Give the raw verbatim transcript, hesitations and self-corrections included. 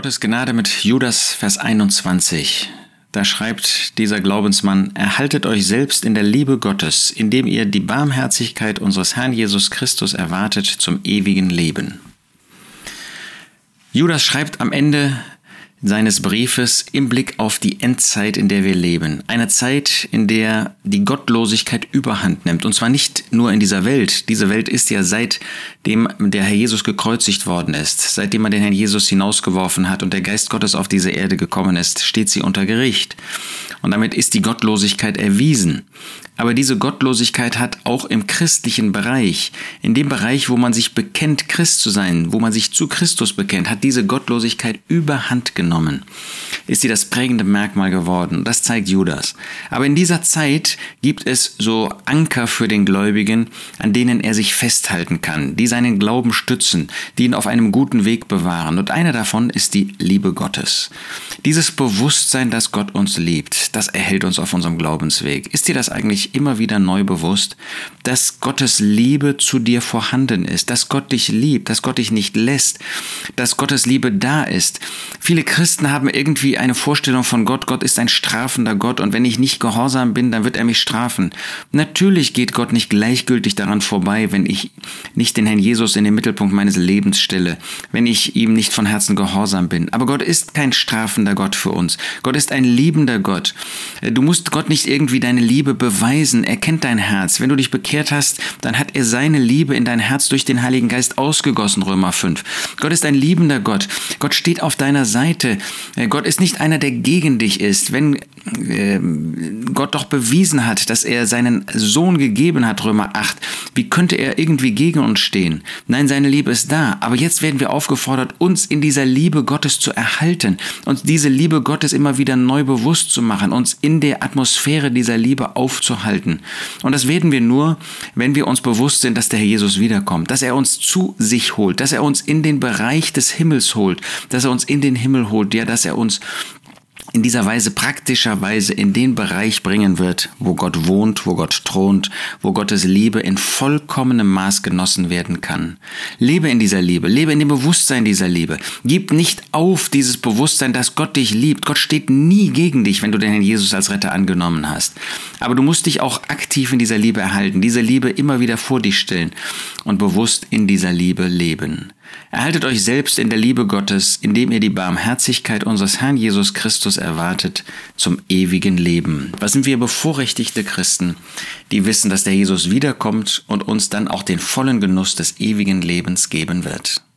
Gottes Gnade mit Judas, Vers einundzwanzig. Da schreibt dieser Glaubensmann: Erhaltet euch selbst in der Liebe Gottes, indem ihr die Barmherzigkeit unseres Herrn Jesus Christus erwartet zum ewigen Leben. Judas schreibt am Ende seines Briefes im Blick auf die Endzeit, in der wir leben. Eine Zeit, in der die Gottlosigkeit überhand nimmt. Und zwar nicht nur in dieser Welt. Diese Welt ist ja, seitdem der Herr Jesus gekreuzigt worden ist, seitdem man den Herrn Jesus hinausgeworfen hat und der Geist Gottes auf diese Erde gekommen ist, steht sie unter Gericht. Und damit ist die Gottlosigkeit erwiesen. Aber diese Gottlosigkeit hat auch im christlichen Bereich, in dem Bereich, wo man sich bekennt, Christ zu sein, wo man sich zu Christus bekennt, hat diese Gottlosigkeit überhand genommen. Ist sie das prägende Merkmal geworden. Das zeigt Judas. Aber in dieser Zeit gibt es so Anker für den Gläubigen, an denen er sich festhalten kann, die seinen Glauben stützen, die ihn auf einem guten Weg bewahren. Und einer davon ist die Liebe Gottes. Dieses Bewusstsein, dass Gott uns liebt, das erhält uns auf unserem Glaubensweg. Ist dir das eigentlich immer wieder neu bewusst, dass Gottes Liebe zu dir vorhanden ist, dass Gott dich liebt, dass Gott dich nicht lässt, dass Gottes Liebe da ist? Viele Christen haben irgendwie eine Vorstellung von Gott. Gott ist ein strafender Gott und wenn ich nicht gehorsam bin, dann wird er mich strafen. Natürlich geht Gott nicht gleichgültig daran vorbei, wenn ich nicht den Herrn Jesus in den Mittelpunkt meines Lebens stelle, wenn ich ihm nicht von Herzen gehorsam bin. Aber Gott ist kein strafender Gott für uns. Gott ist ein liebender Gott. Du musst Gott nicht irgendwie deine Liebe beweisen. Er kennt dein Herz. Wenn du dich bekehrt hast, dann hat er seine Liebe in dein Herz durch den Heiligen Geist ausgegossen, Römer fünf. Gott ist ein liebender Gott. Gott steht auf deiner Seite. Gott ist nicht einer, der gegen dich ist. Wenn äh, Gott doch bewiesen hat, dass er seinen Sohn gegeben hat, Römer acht, wie könnte er irgendwie gegen uns stehen? Nein, seine Liebe ist da. Aber jetzt werden wir aufgefordert, uns in dieser Liebe Gottes zu erhalten, uns diese Liebe Gottes immer wieder neu bewusst zu machen, uns in der Atmosphäre dieser Liebe aufzuhalten. Und das werden wir nur, wenn wir uns bewusst sind, dass der Herr Jesus wiederkommt, dass er uns zu sich holt, dass er uns in den Bereich des Himmels holt, dass er uns in den Himmel holt, ja, dass er uns in dieser Weise praktischerweise in den Bereich bringen wird, wo Gott wohnt, wo Gott thront, wo Gottes Liebe in vollkommenem Maß genossen werden kann. Lebe in dieser Liebe, lebe in dem Bewusstsein dieser Liebe. Gib nicht auf dieses Bewusstsein, dass Gott dich liebt. Gott steht nie gegen dich, wenn du den Herrn Jesus als Retter angenommen hast. Aber du musst dich auch aktiv in dieser Liebe erhalten, diese Liebe immer wieder vor dich stellen und bewusst in dieser Liebe leben. Erhaltet euch selbst in der Liebe Gottes, indem ihr die Barmherzigkeit unseres Herrn Jesus Christus erwartet zum ewigen Leben. Was sind wir bevorrechtigte Christen, die wissen, dass der Jesus wiederkommt und uns dann auch den vollen Genuss des ewigen Lebens geben wird.